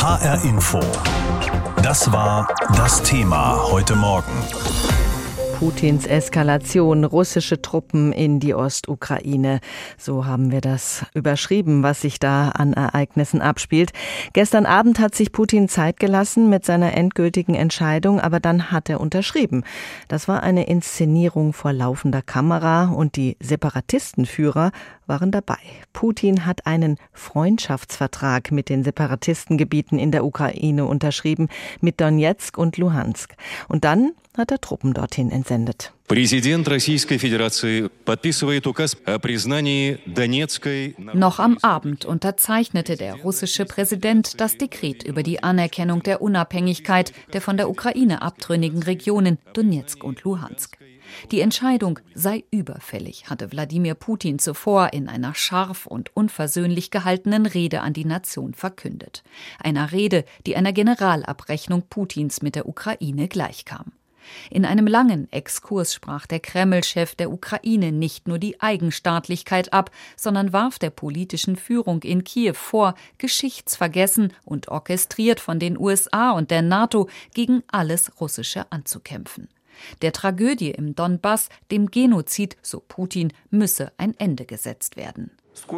HR Info. Das war das Thema heute Morgen. Putins Eskalation, russische Truppen in die Ostukraine. So haben wir das überschrieben, was sich da an Ereignissen abspielt. Gestern Abend hat sich Putin Zeit gelassen mit seiner endgültigen Entscheidung, aber dann hat er unterschrieben. Das war eine Inszenierung vor laufender Kamera und die Separatistenführer waren dabei. Putin hat einen Freundschaftsvertrag mit den Separatistengebieten in der Ukraine unterschrieben, mit Donezk und Luhansk. Und dann hat er Truppen dorthin entsendet. Noch am Abend unterzeichnete der russische Präsident das Dekret über die Anerkennung der Unabhängigkeit der von der Ukraine abtrünnigen Regionen Donezk und Luhansk. Die Entscheidung sei überfällig, hatte Wladimir Putin zuvor in einer scharf und unversöhnlich gehaltenen Rede an die Nation verkündet. Einer Rede, die einer Generalabrechnung Putins mit der Ukraine gleichkam. In einem langen Exkurs sprach der Kreml-Chef der Ukraine nicht nur die Eigenstaatlichkeit ab, sondern warf der politischen Führung in Kiew vor, geschichtsvergessen und orchestriert von den USA und der NATO gegen alles Russische anzukämpfen. Der Tragödie im Donbass, dem Genozid, so Putin, müsse ein Ende gesetzt werden.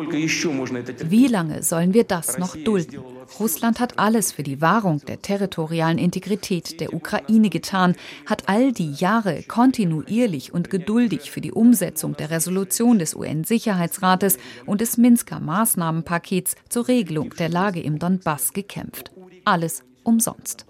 Wie lange sollen wir das noch dulden? Russland hat alles für die Wahrung der territorialen Integrität der Ukraine getan, hat all die Jahre kontinuierlich und geduldig für die Umsetzung der Resolution des UN-Sicherheitsrates und des Minsker Maßnahmenpakets zur Regelung der Lage im Donbass gekämpft. Alles umsonst.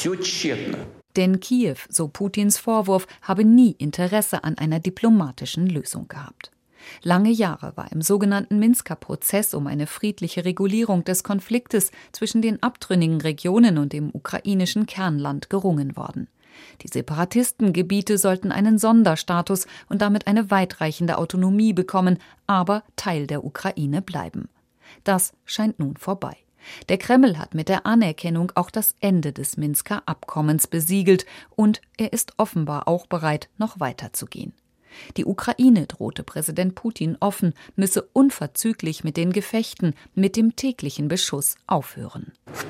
Denn Kiew, so Putins Vorwurf, habe nie Interesse an einer diplomatischen Lösung gehabt. Lange Jahre war im sogenannten Minsker Prozess um eine friedliche Regulierung des Konfliktes zwischen den abtrünnigen Regionen und dem ukrainischen Kernland gerungen worden. Die Separatistengebiete sollten einen Sonderstatus und damit eine weitreichende Autonomie bekommen, aber Teil der Ukraine bleiben. Das scheint nun vorbei. Der Kreml hat mit der Anerkennung auch das Ende des Minsker Abkommens besiegelt und er ist offenbar auch bereit, noch weiterzugehen. Die Ukraine, drohte Präsident Putin offen, müsse unverzüglich mit den Gefechten, mit dem täglichen Beschuss aufhören.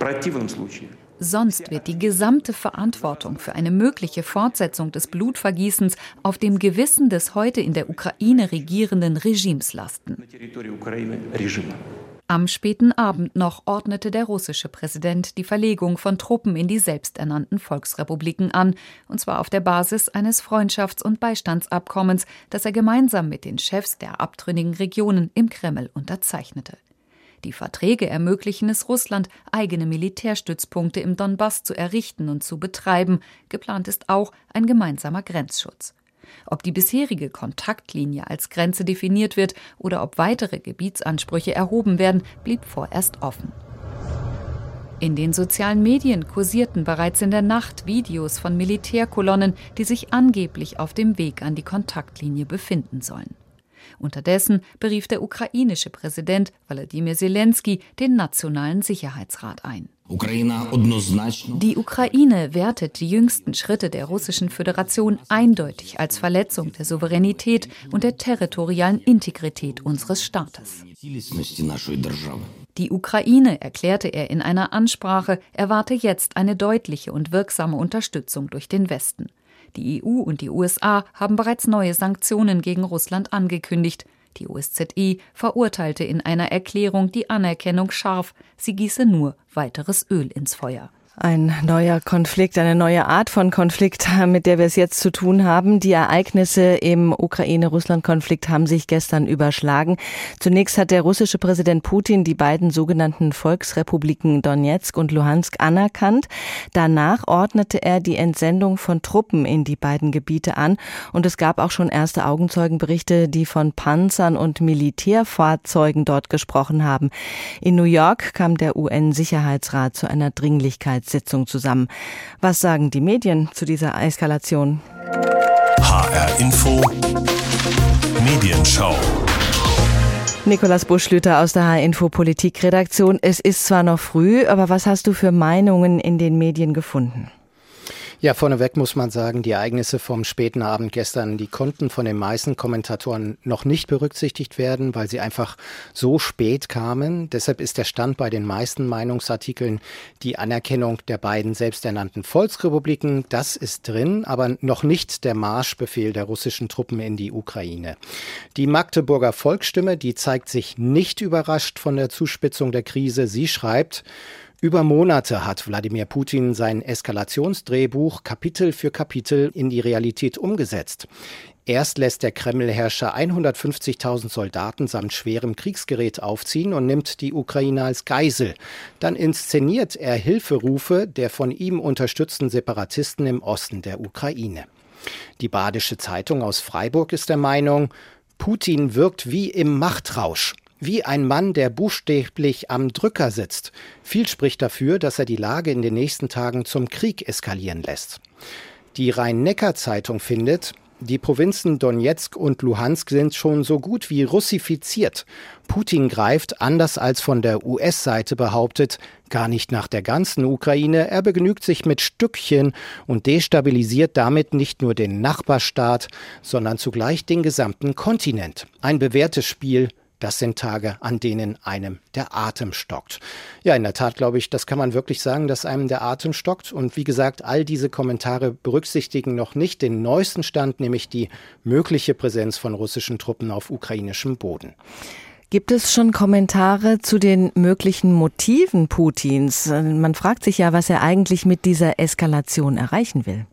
Sonst wird die gesamte Verantwortung für eine mögliche Fortsetzung des Blutvergießens auf dem Gewissen des heute in der Ukraine regierenden Regimes lasten. Am späten Abend noch ordnete der russische Präsident die Verlegung von Truppen in die selbsternannten Volksrepubliken an, und zwar auf der Basis eines Freundschafts- und Beistandsabkommens, das er gemeinsam mit den Chefs der abtrünnigen Regionen im Kreml unterzeichnete. Die Verträge ermöglichen es Russland, eigene Militärstützpunkte im Donbass zu errichten und zu betreiben. Geplant ist auch ein gemeinsamer Grenzschutz. Ob die bisherige Kontaktlinie als Grenze definiert wird oder ob weitere Gebietsansprüche erhoben werden, blieb vorerst offen. In den sozialen Medien kursierten bereits in der Nacht Videos von Militärkolonnen, die sich angeblich auf dem Weg an die Kontaktlinie befinden sollen. Unterdessen berief der ukrainische Präsident Volodymyr Zelensky den Nationalen Sicherheitsrat ein. Die Ukraine wertet die jüngsten Schritte der Russischen Föderation eindeutig als Verletzung der Souveränität und der territorialen Integrität unseres Staates. Die Ukraine, erklärte er in einer Ansprache, erwarte jetzt eine deutliche und wirksame Unterstützung durch den Westen. Die EU und die USA haben bereits neue Sanktionen gegen Russland angekündigt. Die OSZE verurteilte in einer Erklärung die Anerkennung scharf. Sie gieße nur weiteres Öl ins Feuer. Ein neuer Konflikt, eine neue Art von Konflikt, mit der wir es jetzt zu tun haben. Die Ereignisse im Ukraine-Russland-Konflikt haben sich gestern überschlagen. Zunächst hat der russische Präsident Putin die beiden sogenannten Volksrepubliken Donezk und Luhansk anerkannt. Danach ordnete er die Entsendung von Truppen in die beiden Gebiete an. Und es gab auch schon erste Augenzeugenberichte, die von Panzern und Militärfahrzeugen dort gesprochen haben. In New York kam der UN-Sicherheitsrat zu einer Dringlichkeitssitzung zusammen. Was sagen die Medien zu dieser Eskalation? HR Info Medienschau. Nikolaus Buschlüter aus der HR Info Politikredaktion. Es ist zwar noch früh, aber was hast du für Meinungen in den Medien gefunden? Ja, vorneweg muss man sagen, die Ereignisse vom späten Abend gestern, die konnten von den meisten Kommentatoren noch nicht berücksichtigt werden, weil sie einfach so spät kamen. Deshalb ist der Stand bei den meisten Meinungsartikeln die Anerkennung der beiden selbsternannten Volksrepubliken. Das ist drin, aber noch nicht der Marschbefehl der russischen Truppen in die Ukraine. Die Magdeburger Volksstimme, die zeigt sich nicht überrascht von der Zuspitzung der Krise. Sie schreibt: Über Monate hat Wladimir Putin sein Eskalationsdrehbuch Kapitel für Kapitel in die Realität umgesetzt. Erst lässt der Kreml-Herrscher 150.000 Soldaten samt schwerem Kriegsgerät aufziehen und nimmt die Ukraine als Geisel. Dann inszeniert er Hilferufe der von ihm unterstützten Separatisten im Osten der Ukraine. Die Badische Zeitung aus Freiburg ist der Meinung, Putin wirkt wie im Machtrausch. Wie ein Mann, der buchstäblich am Drücker sitzt. Viel spricht dafür, dass er die Lage in den nächsten Tagen zum Krieg eskalieren lässt. Die Rhein-Neckar-Zeitung findet, die Provinzen Donezk und Luhansk sind schon so gut wie russifiziert. Putin greift, anders als von der US-Seite behauptet, gar nicht nach der ganzen Ukraine. Er begnügt sich mit Stückchen und destabilisiert damit nicht nur den Nachbarstaat, sondern zugleich den gesamten Kontinent. Ein bewährtes Spiel. Das sind Tage, an denen einem der Atem stockt. Ja, in der Tat glaube ich, das kann man wirklich sagen, dass einem der Atem stockt. Und wie gesagt, all diese Kommentare berücksichtigen noch nicht den neuesten Stand, nämlich die mögliche Präsenz von russischen Truppen auf ukrainischem Boden. Gibt es schon Kommentare zu den möglichen Motiven Putins? Man fragt sich ja, was er eigentlich mit dieser Eskalation erreichen will.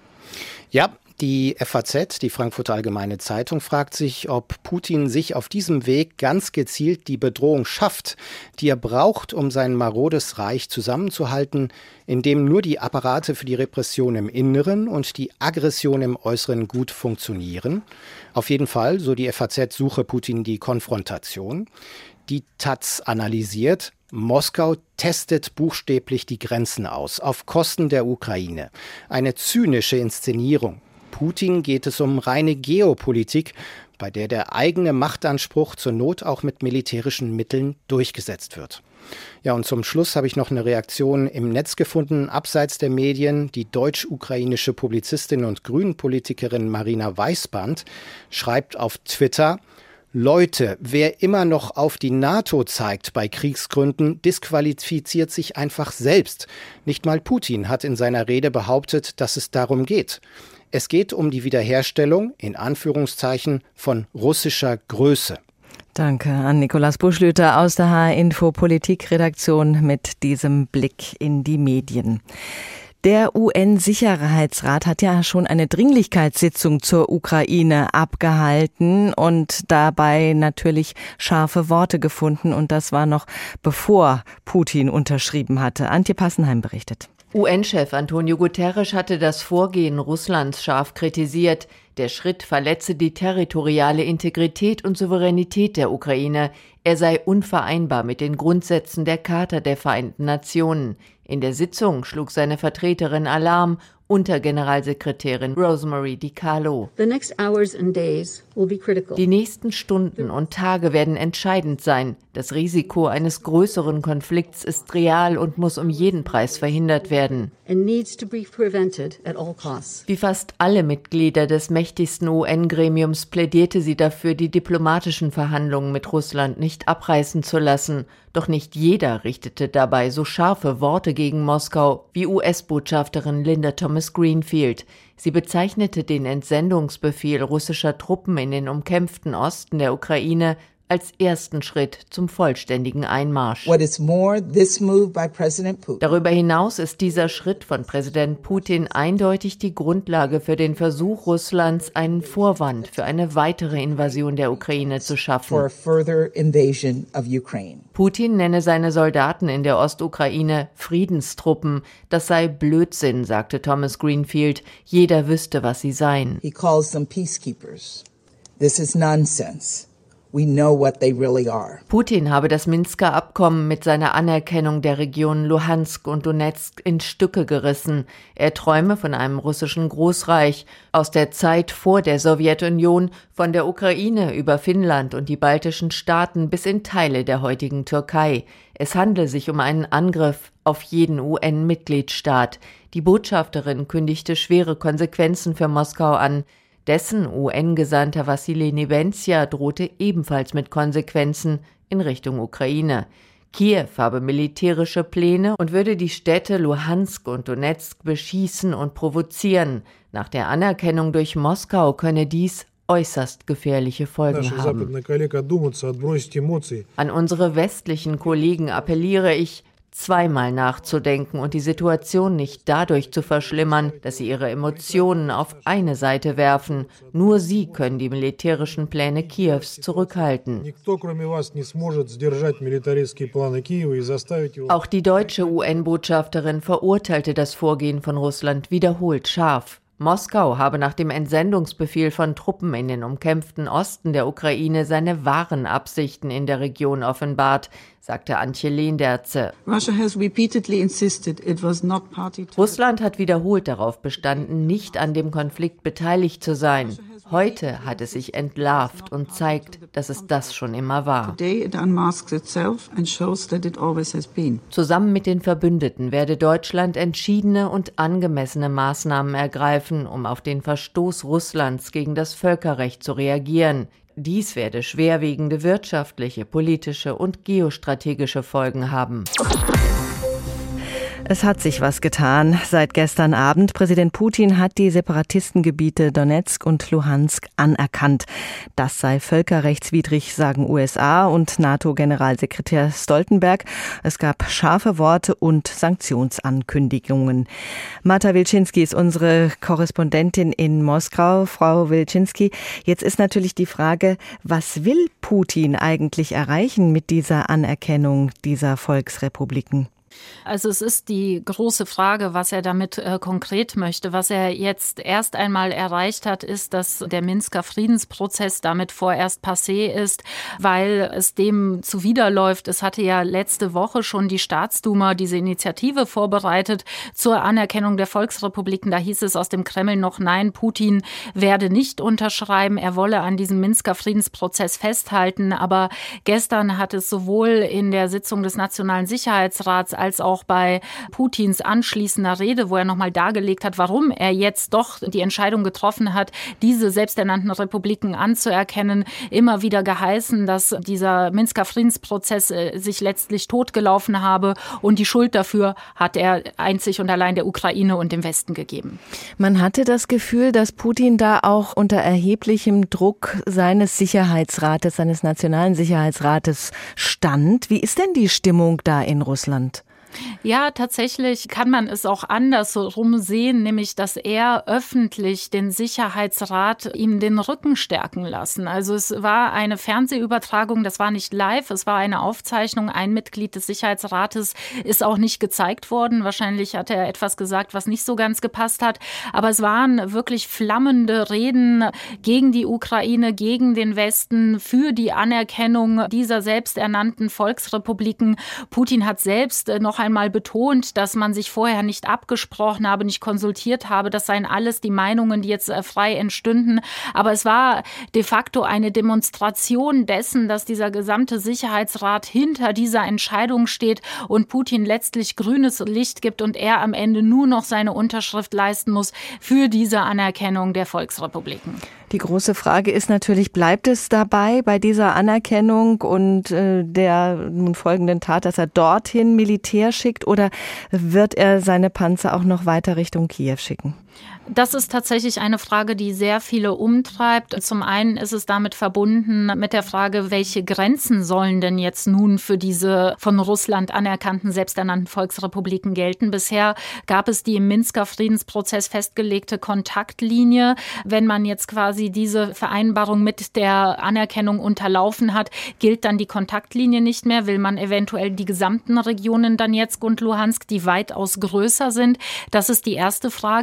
Ja, die FAZ, die Frankfurter Allgemeine Zeitung, fragt sich, ob Putin sich auf diesem Weg ganz gezielt die Bedrohung schafft, die er braucht, um sein marodes Reich zusammenzuhalten, in dem nur die Apparate für die Repression im Inneren und die Aggression im Äußeren gut funktionieren. Auf jeden Fall, so die FAZ, suche Putin die Konfrontation. Die Taz analysiert: Moskau testet buchstäblich die Grenzen aus, auf Kosten der Ukraine. Eine zynische Inszenierung. Putin geht es um reine Geopolitik, bei der der eigene Machtanspruch zur Not auch mit militärischen Mitteln durchgesetzt wird. Ja, und zum Schluss habe ich noch eine Reaktion im Netz gefunden, abseits der Medien. Die deutsch-ukrainische Publizistin und Grünen-Politikerin Marina Weißband schreibt auf Twitter: Leute, wer immer noch auf die NATO zeigt bei Kriegsgründen, disqualifiziert sich einfach selbst. Nicht mal Putin hat in seiner Rede behauptet, dass es darum geht. Es geht um die Wiederherstellung, in Anführungszeichen, von russischer Größe. Danke an Nikolaus Buschlüter aus der HR-Info Politikredaktion mit diesem Blick in die Medien. Der UN-Sicherheitsrat hat ja schon eine Dringlichkeitssitzung zur Ukraine abgehalten und dabei natürlich scharfe Worte gefunden. Und das war noch bevor Putin unterschrieben hatte. Antje Passenheim berichtet. UN-Chef Antonio Guterres hatte das Vorgehen Russlands scharf kritisiert. Der Schritt verletze die territoriale Integrität und Souveränität der Ukraine. Er sei unvereinbar mit den Grundsätzen der Charta der Vereinten Nationen. In der Sitzung schlug seine Vertreterin Alarm, Untergeneralsekretärin Rosemary DiCarlo. Die nächsten Stunden und Tage werden entscheidend sein. Das Risiko eines größeren Konflikts ist real und muss um jeden Preis verhindert werden. Wie fast alle Mitglieder des mächtigsten UN-Gremiums plädierte sie dafür, die diplomatischen Verhandlungen mit Russland nicht abreißen zu lassen. Doch nicht jeder richtete dabei so scharfe Worte gegen Moskau wie US-Botschafterin Linda Thomas-Greenfield. Sie bezeichnete den Entsendungsbefehl russischer Truppen in den umkämpften Osten der Ukraine als ersten Schritt zum vollständigen Einmarsch. Darüber hinaus ist dieser Schritt von Präsident Putin eindeutig die Grundlage für den Versuch Russlands, einen Vorwand für eine weitere Invasion der Ukraine zu schaffen. Putin nenne seine Soldaten in der Ostukraine Friedenstruppen. Das sei Blödsinn, sagte Thomas Greenfield. Jeder wüsste, was sie seien. He calls them peacekeepers. This is nonsense. We know what they really are. Putin habe das Minsker Abkommen mit seiner Anerkennung der Regionen Luhansk und Donetsk in Stücke gerissen. Er träume von einem russischen Großreich aus der Zeit vor der Sowjetunion, von der Ukraine über Finnland und die baltischen Staaten bis in Teile der heutigen Türkei. Es handle sich um einen Angriff auf jeden UN-Mitgliedstaat. Die Botschafterin kündigte schwere Konsequenzen für Moskau an. Dessen UN-Gesandter Wassili Nebenzia drohte ebenfalls mit Konsequenzen in Richtung Ukraine. Kiew habe militärische Pläne und würde die Städte Luhansk und Donetsk beschießen und provozieren. Nach der Anerkennung durch Moskau könne dies äußerst gefährliche Folgen haben. An unsere westlichen Kollegen appelliere ich, zweimal nachzudenken und die Situation nicht dadurch zu verschlimmern, dass sie ihre Emotionen auf eine Seite werfen. Nur sie können die militärischen Pläne Kiews zurückhalten. Auch die deutsche UN-Botschafterin verurteilte das Vorgehen von Russland wiederholt scharf. Moskau habe nach dem Entsendungsbefehl von Truppen in den umkämpften Osten der Ukraine seine wahren Absichten in der Region offenbart, sagte Antje Leendertze. Russland hat wiederholt darauf bestanden, nicht an dem Konflikt beteiligt zu sein. Heute hat es sich entlarvt und zeigt, dass es das schon immer war. Zusammen mit den Verbündeten werde Deutschland entschiedene und angemessene Maßnahmen ergreifen, um auf den Verstoß Russlands gegen das Völkerrecht zu reagieren. Dies werde schwerwiegende wirtschaftliche, politische und geostrategische Folgen haben. Es hat sich was getan seit gestern Abend. Präsident Putin hat die Separatistengebiete Donetsk und Luhansk anerkannt. Das sei völkerrechtswidrig, sagen USA und NATO-Generalsekretär Stoltenberg. Es gab scharfe Worte und Sanktionsankündigungen. Marta Wilczynski ist unsere Korrespondentin in Moskau. Frau Wilczynski, jetzt ist natürlich die Frage, was will Putin eigentlich erreichen mit dieser Anerkennung dieser Volksrepubliken? Also es ist die große Frage, was er damit konkret möchte. Was er jetzt erst einmal erreicht hat, ist, dass der Minsker Friedensprozess damit vorerst passé ist, weil es dem zuwiderläuft. Es hatte ja letzte Woche schon die Staatsduma diese Initiative vorbereitet zur Anerkennung der Volksrepubliken. Da hieß es aus dem Kreml noch, nein, Putin werde nicht unterschreiben. Er wolle an diesem Minsker Friedensprozess festhalten. Aber gestern hat es sowohl in der Sitzung des Nationalen Sicherheitsrats als auch bei Putins anschließender Rede, wo er nochmal dargelegt hat, warum er jetzt doch die Entscheidung getroffen hat, diese selbsternannten Republiken anzuerkennen, immer wieder geheißen, dass dieser Minsker Friedensprozess sich letztlich totgelaufen habe und die Schuld dafür hat er einzig und allein der Ukraine und dem Westen gegeben. Man hatte das Gefühl, dass Putin da auch unter erheblichem Druck seines Sicherheitsrates, seines Nationalen Sicherheitsrates stand. Wie ist denn die Stimmung da in Russland? Ja, tatsächlich kann man es auch andersrum sehen, nämlich dass er öffentlich den Sicherheitsrat ihm den Rücken stärken lassen. Also es war eine Fernsehübertragung, das war nicht live, es war eine Aufzeichnung. Ein Mitglied des Sicherheitsrates ist auch nicht gezeigt worden. Wahrscheinlich hat er etwas gesagt, was nicht so ganz gepasst hat. Aber es waren wirklich flammende Reden gegen die Ukraine, gegen den Westen, für die Anerkennung dieser selbsternannten Volksrepubliken. Putin hat selbst noch einmal betont, dass man sich vorher nicht abgesprochen habe, nicht konsultiert habe. Das seien alles die Meinungen, die jetzt frei entstünden. Aber es war de facto eine Demonstration dessen, dass dieser gesamte Sicherheitsrat hinter dieser Entscheidung steht und Putin letztlich grünes Licht gibt und er am Ende nur noch seine Unterschrift leisten muss für diese Anerkennung der Volksrepubliken. Die große Frage ist natürlich, bleibt es dabei bei dieser Anerkennung und der nun folgenden Tat, dass er dorthin Militär schickt, oder wird er seine Panzer auch noch weiter Richtung Kiew schicken? Das ist tatsächlich eine Frage, die sehr viele umtreibt. Zum einen ist es damit verbunden mit der Frage, welche Grenzen sollen denn jetzt nun für diese von Russland anerkannten selbsternannten Volksrepubliken gelten. Bisher gab es die im Minsker Friedensprozess festgelegte Kontaktlinie. Wenn man jetzt quasi diese Vereinbarung mit der Anerkennung unterlaufen hat, gilt dann die Kontaktlinie nicht mehr. Will man eventuell die gesamten Regionen Donetsk und Luhansk, die weitaus größer sind? Das ist die erste Frage. Aber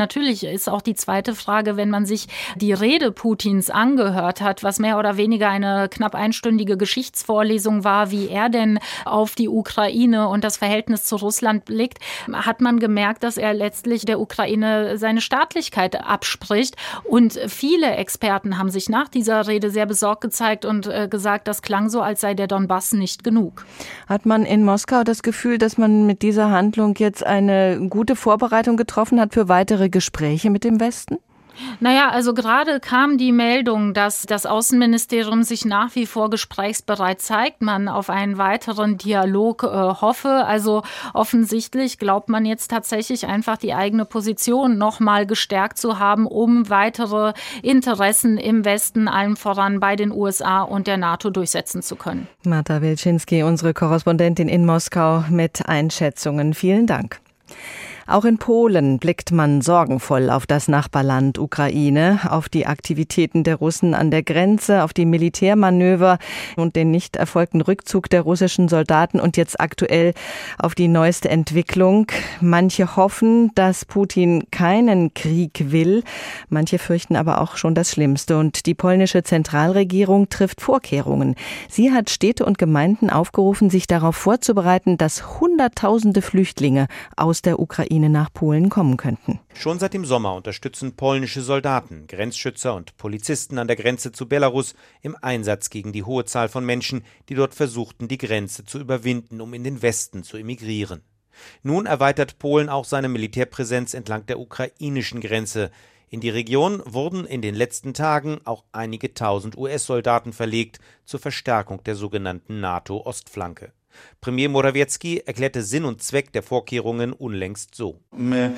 natürlich ist auch die zweite Frage, wenn man sich die Rede Putins angehört hat, was mehr oder weniger eine knapp einstündige Geschichtsvorlesung war, wie er denn auf die Ukraine und das Verhältnis zu Russland blickt, hat man gemerkt, dass er letztlich der Ukraine seine Staatlichkeit abspricht. Und viele Experten haben sich nach dieser Rede sehr besorgt gezeigt und gesagt, das klang so, als sei der Donbass nicht genug. Hat man in Moskau das Gefühl, dass man mit dieser Handlung jetzt eine gute Vorbereitung getroffen hat für weitere Gespräche mit dem Westen? Naja, also gerade kam die Meldung, dass das Außenministerium sich nach wie vor gesprächsbereit zeigt, man auf einen weiteren Dialog hoffe. Also offensichtlich glaubt man jetzt tatsächlich einfach die eigene Position noch mal gestärkt zu haben, um weitere Interessen im Westen, allem voran bei den USA und der NATO durchsetzen zu können. Marta Wilczynski, unsere Korrespondentin in Moskau mit Einschätzungen. Vielen Dank. Auch in Polen blickt man sorgenvoll auf das Nachbarland Ukraine, auf die Aktivitäten der Russen an der Grenze, auf die Militärmanöver und den nicht erfolgten Rückzug der russischen Soldaten und jetzt aktuell auf die neueste Entwicklung. Manche hoffen, dass Putin keinen Krieg will, manche fürchten aber auch schon das Schlimmste. Und die polnische Zentralregierung trifft Vorkehrungen. Sie hat Städte und Gemeinden aufgerufen, sich darauf vorzubereiten, dass Hunderttausende Flüchtlinge aus der Ukraine nach Polen kommen könnten. Schon seit dem Sommer unterstützen polnische Soldaten, Grenzschützer und Polizisten an der Grenze zu Belarus im Einsatz gegen die hohe Zahl von Menschen, die dort versuchten, die Grenze zu überwinden, um in den Westen zu emigrieren. Nun erweitert Polen auch seine Militärpräsenz entlang der ukrainischen Grenze. In die Region wurden in den letzten Tagen auch einige tausend US-Soldaten verlegt zur Verstärkung der sogenannten NATO-Ostflanke. Premier Morawiecki erklärte Sinn und Zweck der Vorkehrungen unlängst so: Wir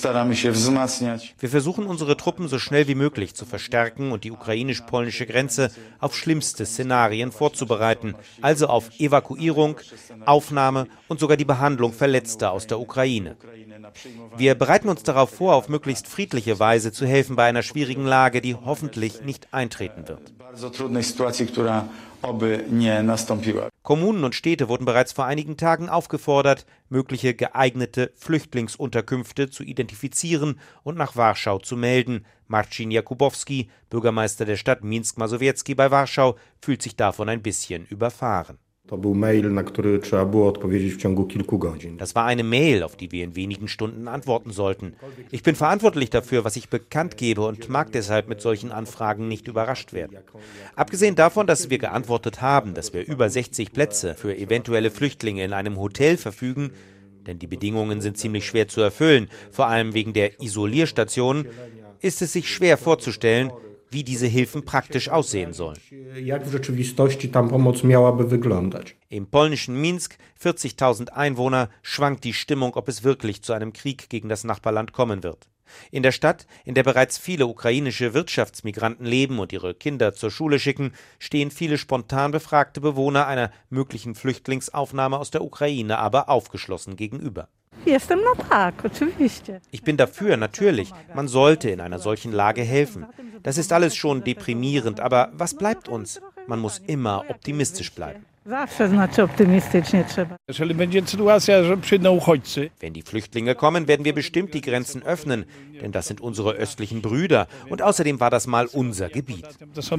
versuchen, unsere Truppen so schnell wie möglich zu verstärken und die ukrainisch-polnische Grenze auf schlimmste Szenarien vorzubereiten, also auf Evakuierung, Aufnahme und sogar die Behandlung Verletzter aus der Ukraine. Wir bereiten uns darauf vor, auf möglichst friedliche Weise zu helfen bei einer schwierigen Lage, die hoffentlich nicht eintreten wird. Kommunen und Städte wurden bereits vor einigen Tagen aufgefordert, mögliche geeignete Flüchtlingsunterkünfte zu identifizieren und nach Warschau zu melden. Marcin Jakubowski, Bürgermeister der Stadt Minsk-Mazowiecki bei Warschau, fühlt sich davon ein bisschen überfahren. Das war eine Mail, auf die wir in wenigen Stunden antworten sollten. Ich bin verantwortlich dafür, was ich bekannt gebe und mag deshalb mit solchen Anfragen nicht überrascht werden. Abgesehen davon, dass wir geantwortet haben, dass wir über 60 Plätze für eventuelle Flüchtlinge in einem Hotel verfügen, denn die Bedingungen sind ziemlich schwer zu erfüllen, vor allem wegen der Isolierstationen, ist es sich schwer vorzustellen, wie diese Hilfen praktisch aussehen sollen. Im polnischen Minsk, 40.000 Einwohner, schwankt die Stimmung, ob es wirklich zu einem Krieg gegen das Nachbarland kommen wird. In der Stadt, in der bereits viele ukrainische Wirtschaftsmigranten leben und ihre Kinder zur Schule schicken, stehen viele spontan befragte Bewohner einer möglichen Flüchtlingsaufnahme aus der Ukraine aber aufgeschlossen gegenüber. Ich bin dafür, natürlich. Man sollte in einer solchen Lage helfen. Das ist alles schon deprimierend, aber was bleibt uns? Man muss immer optimistisch bleiben. Wenn die Flüchtlinge kommen, werden wir bestimmt die Grenzen öffnen, denn das sind unsere östlichen Brüder und außerdem war das mal unser Gebiet.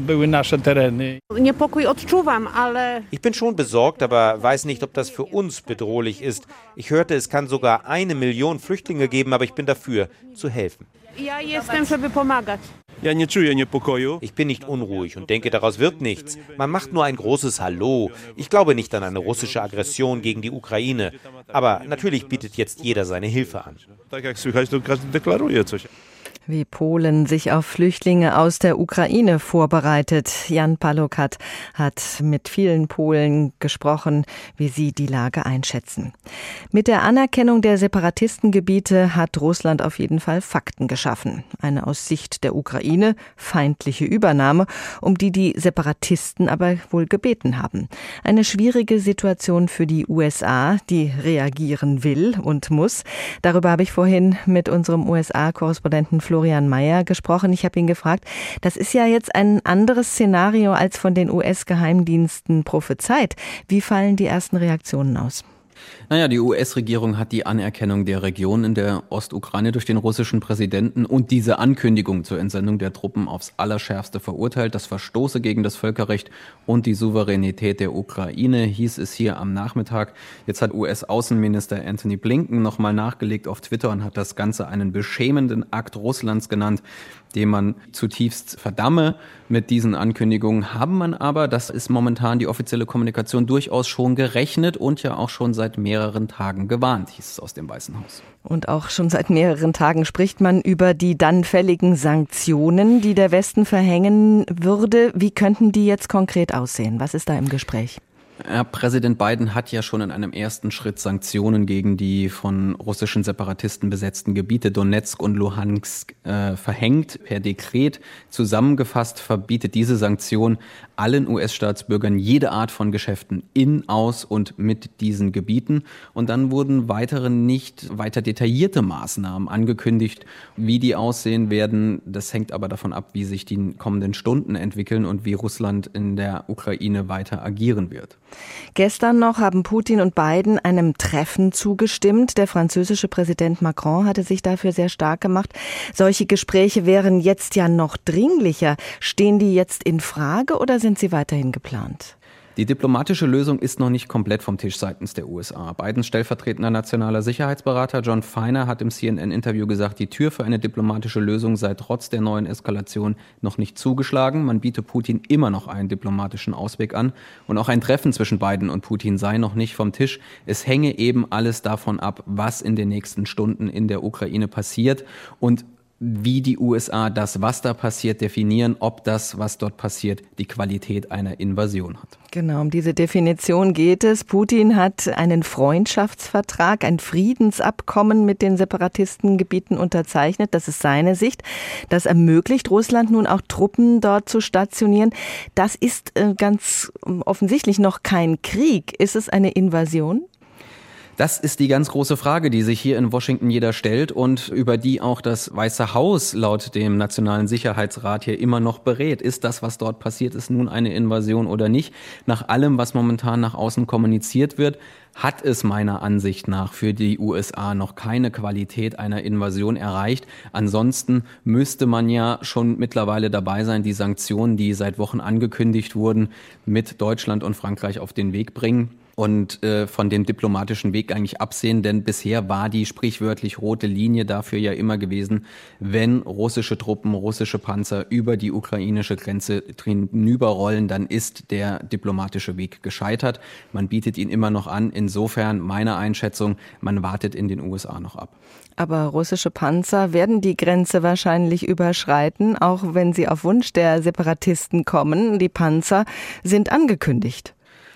Ich bin schon besorgt, aber weiß nicht, ob das für uns bedrohlich ist. Ich hörte, es kann sogar 1 Million Flüchtlinge geben, aber ich bin dafür, zu helfen. Ich bin nicht unruhig und denke, daraus wird nichts. Man macht nur ein großes Hallo. Ich glaube nicht an eine russische Aggression gegen die Ukraine. Aber natürlich bietet jetzt jeder seine Hilfe an. Wie Polen sich auf Flüchtlinge aus der Ukraine vorbereitet. Jan Palukat hat mit vielen Polen gesprochen, wie sie die Lage einschätzen. Mit der Anerkennung der Separatistengebiete hat Russland auf jeden Fall Fakten geschaffen. Eine aus Sicht der Ukraine feindliche Übernahme, um die die Separatisten aber wohl gebeten haben. Eine schwierige Situation für die USA, die reagieren will und muss. Darüber habe ich vorhin mit unserem USA-Korrespondenten Florian Mayer gesprochen. Ich habe ihn gefragt, das ist ja jetzt ein anderes Szenario als von den US-Geheimdiensten prophezeit. Wie fallen die ersten Reaktionen aus? Die US-Regierung hat die Anerkennung der Region in der Ostukraine durch den russischen Präsidenten und diese Ankündigung zur Entsendung der Truppen aufs Allerschärfste verurteilt. Das verstoße gegen das Völkerrecht und die Souveränität der Ukraine, hieß es hier am Nachmittag. Jetzt hat US-Außenminister Antony Blinken nochmal nachgelegt auf Twitter und hat das Ganze einen beschämenden Akt Russlands genannt, den man zutiefst verdamme. Mit diesen Ankündigungen haben man aber, das ist momentan die offizielle Kommunikation, durchaus schon gerechnet und ja auch schon seit mehreren Tagen gewarnt, hieß es aus dem Weißen Haus. Und auch schon seit mehreren Tagen spricht man über die dann fälligen Sanktionen, die der Westen verhängen würde. Wie könnten die jetzt konkret aussehen? Was ist da im Gespräch? Präsident Biden hat ja schon in einem ersten Schritt Sanktionen gegen die von russischen Separatisten besetzten Gebiete Donetsk und Luhansk verhängt. Per Dekret zusammengefasst verbietet diese Sanktion allen US-Staatsbürgern jede Art von Geschäften in, aus und mit diesen Gebieten. Und dann wurden weitere nicht weiter detaillierte Maßnahmen angekündigt. Wie die aussehen werden, das hängt aber davon ab, wie sich die kommenden Stunden entwickeln und wie Russland in der Ukraine weiter agieren wird. Gestern noch haben Putin und Biden einem Treffen zugestimmt. Der französische Präsident Macron hatte sich dafür sehr stark gemacht. Solche Gespräche wären jetzt ja noch dringlicher. Stehen die jetzt in Frage oder sind sie weiterhin geplant? Die diplomatische Lösung ist noch nicht komplett vom Tisch seitens der USA. Bidens stellvertretender nationaler Sicherheitsberater John Feiner hat im CNN-Interview gesagt, die Tür für eine diplomatische Lösung sei trotz der neuen Eskalation noch nicht zugeschlagen. Man biete Putin immer noch einen diplomatischen Ausweg an. Und auch ein Treffen zwischen Biden und Putin sei noch nicht vom Tisch. Es hänge eben alles davon ab, was in den nächsten Stunden in der Ukraine passiert und wie die USA das, was da passiert, definieren, ob das, was dort passiert, die Qualität einer Invasion hat. Genau, um diese Definition geht es. Putin hat einen Freundschaftsvertrag, ein Friedensabkommen mit den Separatistengebieten unterzeichnet. Das ist seine Sicht. Das ermöglicht Russland nun auch Truppen dort zu stationieren. Das ist ganz offensichtlich noch kein Krieg. Ist es eine Invasion? Das ist die ganz große Frage, die sich hier in Washington jeder stellt und über die auch das Weiße Haus laut dem Nationalen Sicherheitsrat hier immer noch berät. Ist das, was dort passiert ist, nun eine Invasion oder nicht? Nach allem, was momentan nach außen kommuniziert wird, hat es meiner Ansicht nach für die USA noch keine Qualität einer Invasion erreicht. Ansonsten müsste man ja schon mittlerweile dabei sein, die Sanktionen, die seit Wochen angekündigt wurden, mit Deutschland und Frankreich auf den Weg bringen. Und von dem diplomatischen Weg eigentlich absehen, denn bisher war die sprichwörtlich rote Linie dafür ja immer gewesen, wenn russische Truppen, russische Panzer über die ukrainische Grenze hinüberrollen, dann ist der diplomatische Weg gescheitert. Man bietet ihn immer noch an. Insofern meine Einschätzung, man wartet in den USA noch ab. Aber russische Panzer werden die Grenze wahrscheinlich überschreiten, auch wenn sie auf Wunsch der Separatisten kommen. Die Panzer sind angekündigt.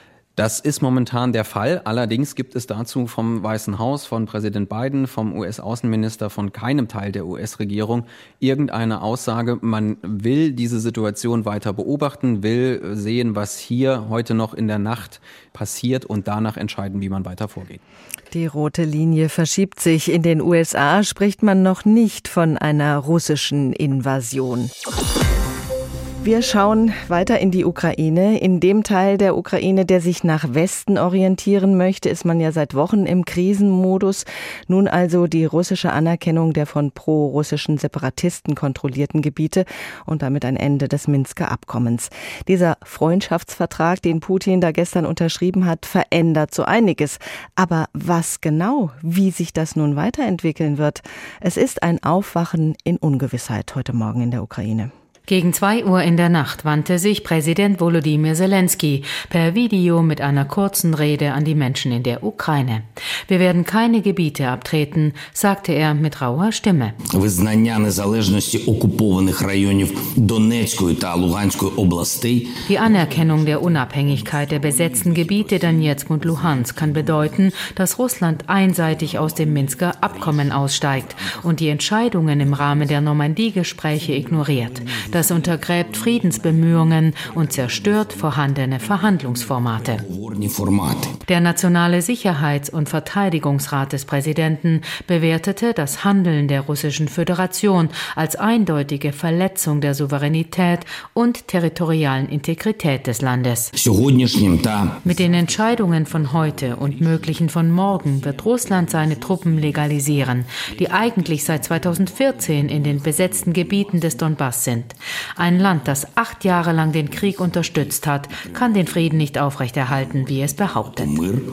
Das ist momentan der Fall. Allerdings gibt es dazu vom Weißen Haus, von Präsident Biden, vom US-Außenminister, von keinem Teil der US-Regierung irgendeine Aussage. Man will diese Situation weiter beobachten, will sehen, was hier heute noch in der Nacht passiert und danach entscheiden, wie man weiter vorgeht. Die rote Linie verschiebt sich. In den USA spricht man noch nicht von einer russischen Invasion. Wir schauen weiter in die Ukraine. In dem Teil der Ukraine, der sich nach Westen orientieren möchte, ist man ja seit Wochen im Krisenmodus. Nun also die russische Anerkennung der von pro-russischen Separatisten kontrollierten Gebiete und damit ein Ende des Minsker Abkommens. Dieser Freundschaftsvertrag, den Putin da gestern unterschrieben hat, verändert so einiges. Aber was genau, wie sich das nun weiterentwickeln wird? Es ist ein Aufwachen in Ungewissheit heute Morgen in der Ukraine. Gegen 2 Uhr in der Nacht wandte sich Präsident Volodymyr Zelensky per Video mit einer kurzen Rede an die Menschen in der Ukraine. Wir werden keine Gebiete abtreten, sagte er mit rauer Stimme. Die Anerkennung der Unabhängigkeit der besetzten Gebiete Donetsk und Luhansk kann bedeuten, dass Russland einseitig aus dem Minsker Abkommen aussteigt und die Entscheidungen im Rahmen der Normandie-Gespräche ignoriert. Das untergräbt Friedensbemühungen und zerstört vorhandene Verhandlungsformate. Der Nationale Sicherheits- und Verteidigungsrat des Präsidenten bewertete das Handeln der Russischen Föderation als eindeutige Verletzung der Souveränität und territorialen Integrität des Landes. Mit den Entscheidungen von heute und möglichen von morgen wird Russland seine Truppen legalisieren, die eigentlich seit 2014 in den besetzten Gebieten des Donbass sind. Ein Land, das 8 Jahre lang den Krieg unterstützt hat, kann den Frieden nicht aufrechterhalten, wie es behauptet.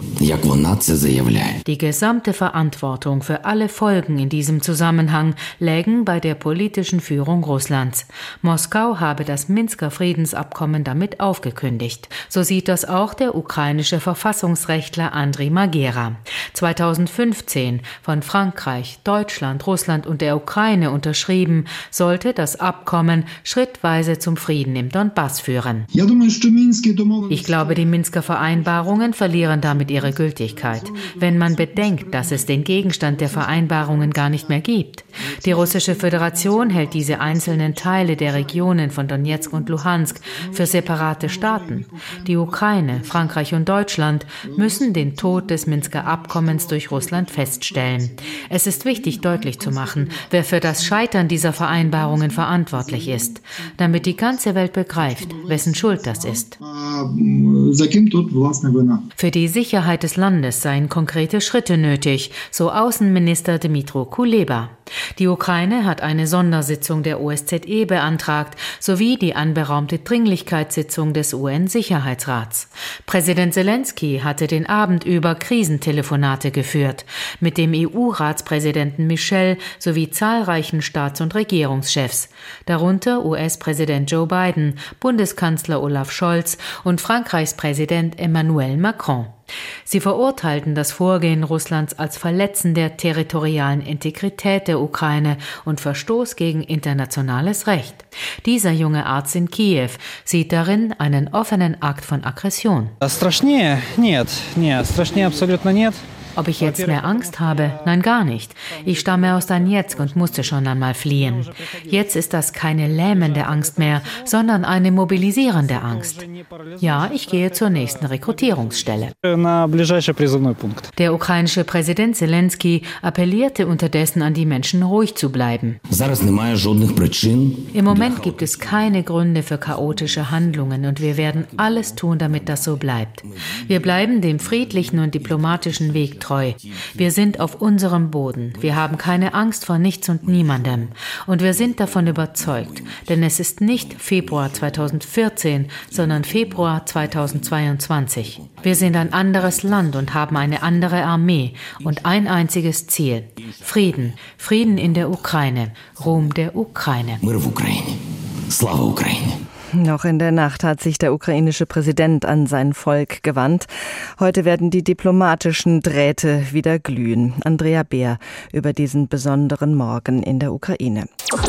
Die gesamte Verantwortung für alle Folgen in diesem Zusammenhang lägen bei der politischen Führung Russlands. Moskau habe das Minsker Friedensabkommen damit aufgekündigt. So sieht das auch der ukrainische Verfassungsrechtler Andriy Magera. 2015 von Frankreich, Deutschland, Russland und der Ukraine unterschrieben, sollte das Abkommen schrittweise zum Frieden im Donbass führen. Ich glaube, die Minsker Vereinbarungen verlieren damit ihre Gültigkeit, wenn man bedenkt, dass es den Gegenstand der Vereinbarungen gar nicht mehr gibt. Die Russische Föderation hält diese einzelnen Teile der Regionen von Donetsk und Luhansk für separate Staaten. Die Ukraine, Frankreich und Deutschland müssen den Tod des Minsker Abkommens durch Russland feststellen. Es ist wichtig, deutlich zu machen, wer für das Scheitern dieser Vereinbarungen verantwortlich ist, damit die ganze Welt begreift, wessen Schuld das ist. Für die Sicherheit des Landes seien konkrete Schritte nötig, so Außenminister Dmytro Kuleba. Die Ukraine hat eine Sondersitzung der OSZE beantragt, sowie die anberaumte Dringlichkeitssitzung des UN-Sicherheitsrats. Präsident Zelensky hatte den Abend über Krisentelefonate geführt, mit dem EU-Ratspräsidenten Michel sowie zahlreichen Staats- und Regierungschefs, darunter US-Präsident Joe Biden, Bundeskanzler Olaf Scholz und Frankreichs Präsident Emmanuel Macron. Sie verurteilten das Vorgehen Russlands als Verletzen der territorialen Integrität der Ukraine und Verstoß gegen internationales Recht. Dieser junge Arzt in Kiew sieht darin einen offenen Akt von Aggression. Ob ich jetzt mehr Angst habe? Nein, gar nicht. Ich stamme aus Donetsk und musste schon einmal fliehen. Jetzt ist das keine lähmende Angst mehr, sondern eine mobilisierende Angst. Ja, ich gehe zur nächsten Rekrutierungsstelle. Der ukrainische Präsident Zelensky appellierte unterdessen an die Menschen, ruhig zu bleiben. Im Moment gibt es keine Gründe für chaotische Handlungen und wir werden alles tun, damit das so bleibt. Wir bleiben dem friedlichen und diplomatischen Weg treu. Wir sind auf unserem Boden. Wir haben keine Angst vor nichts und niemandem. Und wir sind davon überzeugt, denn es ist nicht Februar 2014, sondern Februar 2022. Wir sind ein anderes Land und haben eine andere Armee und ein einziges Ziel: Frieden. Frieden in der Ukraine. Ruhm der Ukraine. Slava Ukraine. Noch in der Nacht hat sich der ukrainische Präsident an sein Volk gewandt. Heute werden die diplomatischen Drähte wieder glühen. Andrea Beer über diesen besonderen Morgen in der Ukraine.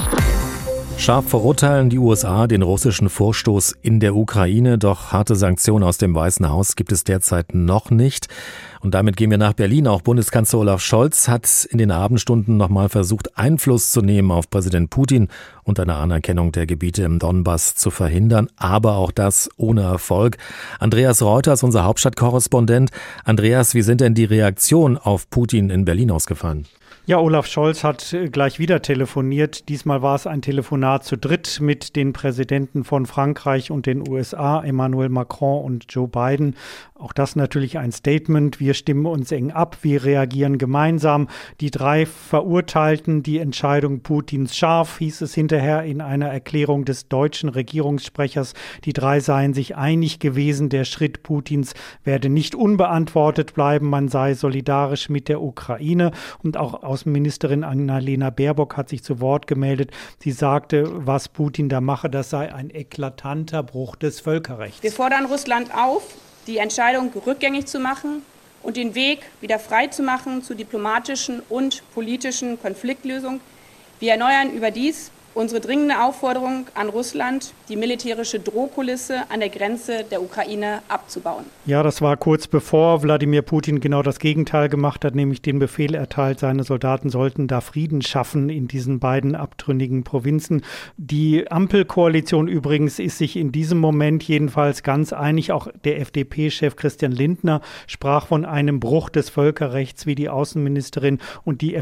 Scharf verurteilen die USA den russischen Vorstoß in der Ukraine, doch harte Sanktionen aus dem Weißen Haus gibt es derzeit noch nicht. Und damit gehen wir nach Berlin. Auch Bundeskanzler Olaf Scholz hat in den Abendstunden nochmal versucht, Einfluss zu nehmen auf Präsident Putin und eine Anerkennung der Gebiete im Donbass zu verhindern. Aber auch das ohne Erfolg. Andreas Reuter ist unser Hauptstadtkorrespondent. Andreas, wie sind denn die Reaktionen auf Putin in Berlin ausgefallen? Ja, Olaf Scholz hat gleich wieder telefoniert. Diesmal war es ein Telefonat zu dritt mit den Präsidenten von Frankreich und den USA, Emmanuel Macron und Joe Biden. Auch das natürlich ein Statement. Wir stimmen uns eng ab, wir reagieren gemeinsam. Die drei verurteilten die Entscheidung Putins scharf, hieß es hinterher in einer Erklärung des deutschen Regierungssprechers. Die drei seien sich einig gewesen, der Schritt Putins werde nicht unbeantwortet bleiben. Man sei solidarisch mit der Ukraine. Und auch Außenministerin Annalena Baerbock hat sich zu Wort gemeldet. Sie sagte, was Putin da mache, das sei ein eklatanter Bruch des Völkerrechts. Wir fordern Russland auf, die Entscheidung rückgängig zu machen und den Weg wieder frei zu machen zur diplomatischen und politischen Konfliktlösung. Wir erneuern überdies unsere dringende Aufforderung an Russland, die militärische Drohkulisse an der Grenze der Ukraine abzubauen. Ja, das war kurz bevor Wladimir Putin genau das Gegenteil gemacht hat, nämlich den Befehl erteilt, seine Soldaten sollten da Frieden schaffen in diesen beiden abtrünnigen Provinzen. Die Ampelkoalition übrigens ist sich in diesem Moment jedenfalls ganz einig. Auch der FDP-Chef Christian Lindner sprach von einem Bruch des Völkerrechts wie die Außenministerin, und die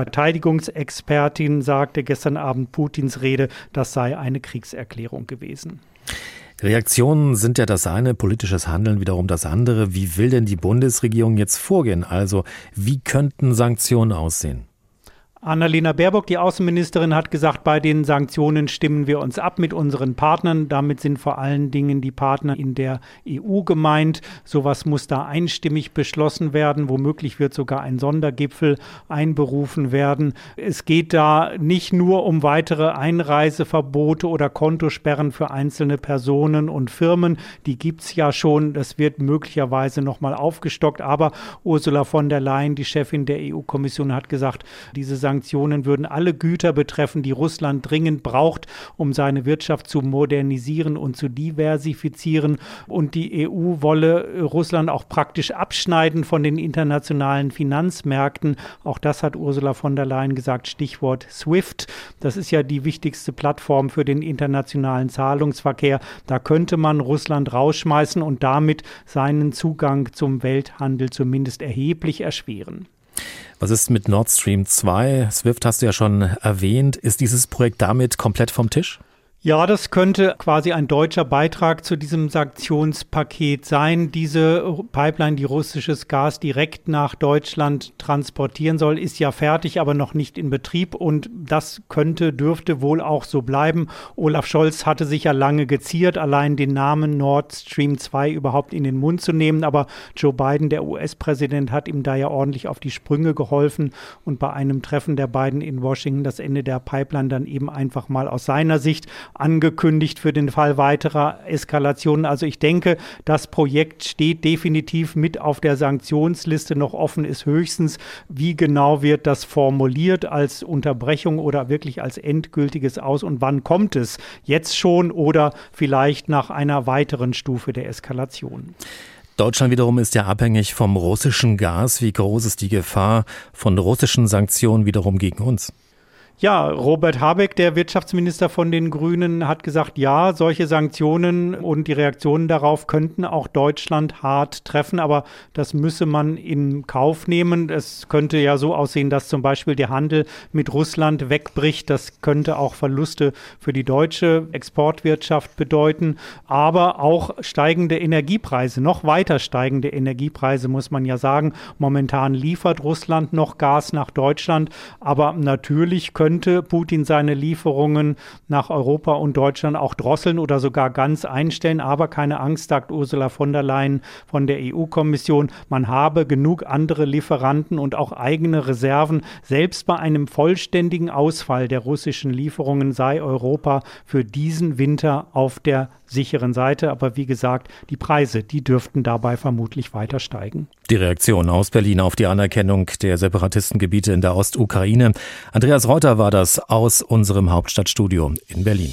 FDP-Verteidigungsexpertin sagte gestern Abend Putins Rede, das sei eine Kriegserklärung gewesen. Reaktionen sind ja das eine, politisches Handeln wiederum das andere. Wie will denn die Bundesregierung jetzt vorgehen? Also wie könnten Sanktionen aussehen? Annalena Baerbock, die Außenministerin, hat gesagt, bei den Sanktionen stimmen wir uns ab mit unseren Partnern. Damit sind vor allen Dingen die Partner in der EU gemeint. Sowas muss da einstimmig beschlossen werden. Womöglich wird sogar ein Sondergipfel einberufen werden. Es geht da nicht nur um weitere Einreiseverbote oder Kontosperren für einzelne Personen und Firmen. Die gibt es ja schon. Das wird möglicherweise nochmal aufgestockt. Aber Ursula von der Leyen, die Chefin der EU-Kommission, hat gesagt, diese Sanktionen würden alle Güter betreffen, die Russland dringend braucht, um seine Wirtschaft zu modernisieren und zu diversifizieren. Und die EU wolle Russland auch praktisch abschneiden von den internationalen Finanzmärkten. Auch das hat Ursula von der Leyen gesagt, Stichwort SWIFT. Das ist ja die wichtigste Plattform für den internationalen Zahlungsverkehr. Da könnte man Russland rausschmeißen und damit seinen Zugang zum Welthandel zumindest erheblich erschweren. Was ist mit Nord Stream 2? SWIFT hast du ja schon erwähnt. Ist dieses Projekt damit komplett vom Tisch? Ja, das könnte quasi ein deutscher Beitrag zu diesem Sanktionspaket sein. Diese Pipeline, die russisches Gas direkt nach Deutschland transportieren soll, ist ja fertig, aber noch nicht in Betrieb. Und das dürfte wohl auch so bleiben. Olaf Scholz hatte sich ja lange geziert, allein den Namen Nord Stream 2 überhaupt in den Mund zu nehmen. Aber Joe Biden, der US-Präsident, hat ihm da ja ordentlich auf die Sprünge geholfen. Und bei einem Treffen der beiden in Washington das Ende der Pipeline dann eben einfach mal aus seiner Sicht angekündigt für den Fall weiterer Eskalationen. Also ich denke, das Projekt steht definitiv mit auf der Sanktionsliste. Noch offen ist höchstens, wie genau wird das formuliert, als Unterbrechung oder wirklich als endgültiges Aus, und wann kommt es? Jetzt schon oder vielleicht nach einer weiteren Stufe der Eskalation? Deutschland wiederum ist ja abhängig vom russischen Gas. Wie groß ist die Gefahr von russischen Sanktionen wiederum gegen uns? Ja, Robert Habeck, der Wirtschaftsminister von den Grünen, hat gesagt, ja, solche Sanktionen und die Reaktionen darauf könnten auch Deutschland hart treffen, aber das müsse man in Kauf nehmen. Es könnte ja so aussehen, dass zum Beispiel der Handel mit Russland wegbricht. Das könnte auch Verluste für die deutsche Exportwirtschaft bedeuten, aber auch steigende Energiepreise, noch weiter steigende Energiepreise, muss man ja sagen. Momentan liefert Russland noch Gas nach Deutschland, aber natürlich könnte Putin seine Lieferungen nach Europa und Deutschland auch drosseln oder sogar ganz einstellen. Aber keine Angst, sagt Ursula von der Leyen von der EU-Kommission. Man habe genug andere Lieferanten und auch eigene Reserven. Selbst bei einem vollständigen Ausfall der russischen Lieferungen sei Europa für diesen Winter auf der sicheren Seite. Aber wie gesagt, die Preise, die dürften dabei vermutlich weiter steigen. Die Reaktion aus Berlin auf die Anerkennung der Separatistengebiete in der Ostukraine. Andreas Reuter war das aus unserem Hauptstadtstudio in Berlin.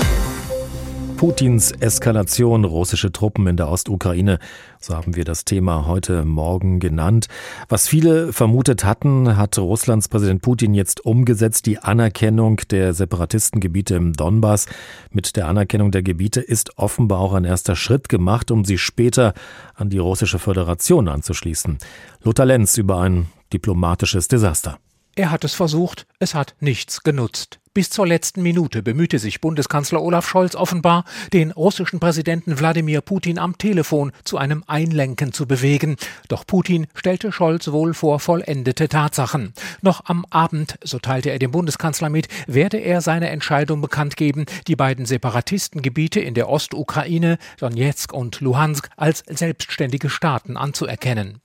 Putins Eskalation, russische Truppen in der Ostukraine, so haben wir das Thema heute Morgen genannt. Was viele vermutet hatten, hat Russlands Präsident Putin jetzt umgesetzt. Die Anerkennung der Separatistengebiete im Donbass. Mit der Anerkennung der Gebiete ist offenbar auch ein erster Schritt gemacht, um sie später an die russische Föderation anzuschließen. Lothar Lenz über ein diplomatisches Desaster. Er hat es versucht, es hat nichts genutzt. Bis zur letzten Minute bemühte sich Bundeskanzler Olaf Scholz offenbar, den russischen Präsidenten Wladimir Putin am Telefon zu einem Einlenken zu bewegen. Doch Putin stellte Scholz wohl vor vollendete Tatsachen. Noch am Abend, so teilte er dem Bundeskanzler mit, werde er seine Entscheidung bekannt geben, die beiden Separatistengebiete in der Ostukraine, Donezk und Luhansk, als selbstständige Staaten anzuerkennen.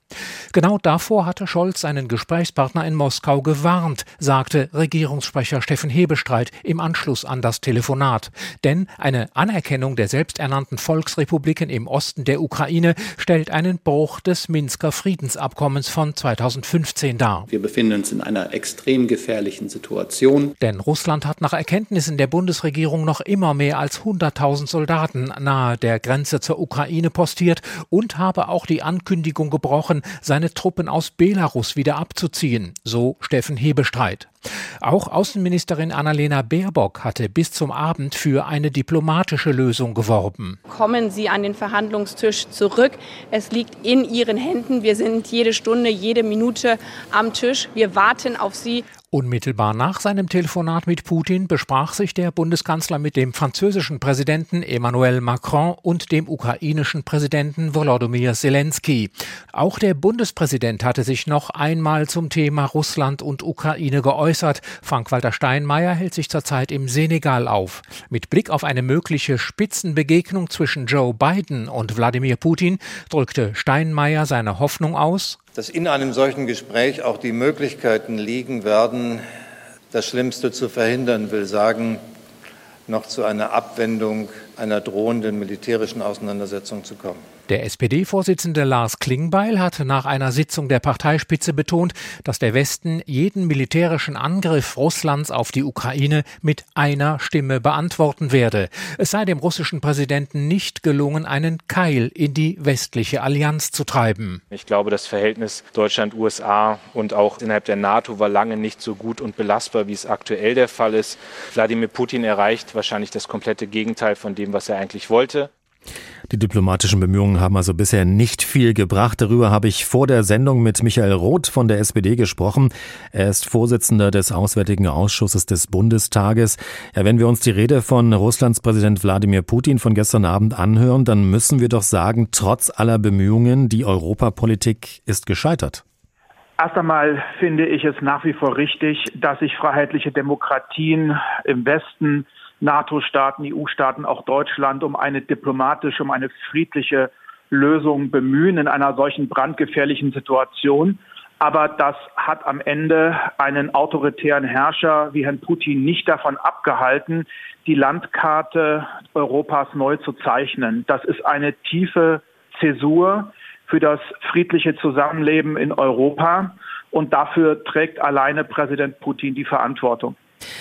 Genau davor hatte Scholz seinen Gesprächspartner in Moskau gewarnt, sagte Regierungssprecher Steffen Hebestreit im Anschluss an das Telefonat. Denn eine Anerkennung der selbsternannten Volksrepubliken im Osten der Ukraine stellt einen Bruch des Minsker Friedensabkommens von 2015 dar. Wir befinden uns in einer extrem gefährlichen Situation. Denn Russland hat nach Erkenntnissen der Bundesregierung noch immer mehr als 100.000 Soldaten nahe der Grenze zur Ukraine postiert und habe auch die Ankündigung gebrochen, seine Truppen aus Belarus wieder abzuziehen, so Steffen Hebestreit. Auch Außenministerin Annalena Baerbock hatte bis zum Abend für eine diplomatische Lösung geworben. Kommen Sie an den Verhandlungstisch zurück. Es liegt in Ihren Händen. Wir sind jede Stunde, jede Minute am Tisch. Wir warten auf Sie. Unmittelbar nach seinem Telefonat mit Putin besprach sich der Bundeskanzler mit dem französischen Präsidenten Emmanuel Macron und dem ukrainischen Präsidenten Volodymyr Zelensky. Auch der Bundespräsident hatte sich noch einmal zum Thema Russland und Ukraine geäußert. Frank-Walter Steinmeier hält sich zurzeit im Senegal auf. Mit Blick auf eine mögliche Spitzenbegegnung zwischen Joe Biden und Wladimir Putin drückte Steinmeier seine Hoffnung aus, dass in einem solchen Gespräch auch die Möglichkeiten liegen werden, das Schlimmste zu verhindern, will sagen, noch zu einer Abwendung einer drohenden militärischen Auseinandersetzung zu kommen. Der SPD-Vorsitzende Lars Klingbeil hat nach einer Sitzung der Parteispitze betont, dass der Westen jeden militärischen Angriff Russlands auf die Ukraine mit einer Stimme beantworten werde. Es sei dem russischen Präsidenten nicht gelungen, einen Keil in die westliche Allianz zu treiben. Ich glaube, das Verhältnis Deutschland-USA und auch innerhalb der NATO war lange nicht so gut und belastbar, wie es aktuell der Fall ist. Wladimir Putin erreicht wahrscheinlich das komplette Gegenteil von dem, was er eigentlich wollte. Die diplomatischen Bemühungen haben also bisher nicht viel gebracht. Darüber habe ich vor der Sendung mit Michael Roth von der SPD gesprochen. Er ist Vorsitzender des Auswärtigen Ausschusses des Bundestages. Ja, wenn wir uns die Rede von Russlands Präsident Wladimir Putin von gestern Abend anhören, dann müssen wir doch sagen, trotz aller Bemühungen, die Europapolitik ist gescheitert. Erst einmal finde ich es nach wie vor richtig, dass sich freiheitliche Demokratien im Westen, NATO-Staaten, EU-Staaten, auch Deutschland um eine diplomatische, um eine friedliche Lösung bemühen in einer solchen brandgefährlichen Situation. Aber das hat am Ende einen autoritären Herrscher wie Herrn Putin nicht davon abgehalten, die Landkarte Europas neu zu zeichnen. Das ist eine tiefe Zäsur für das friedliche Zusammenleben in Europa. Und dafür trägt alleine Präsident Putin die Verantwortung.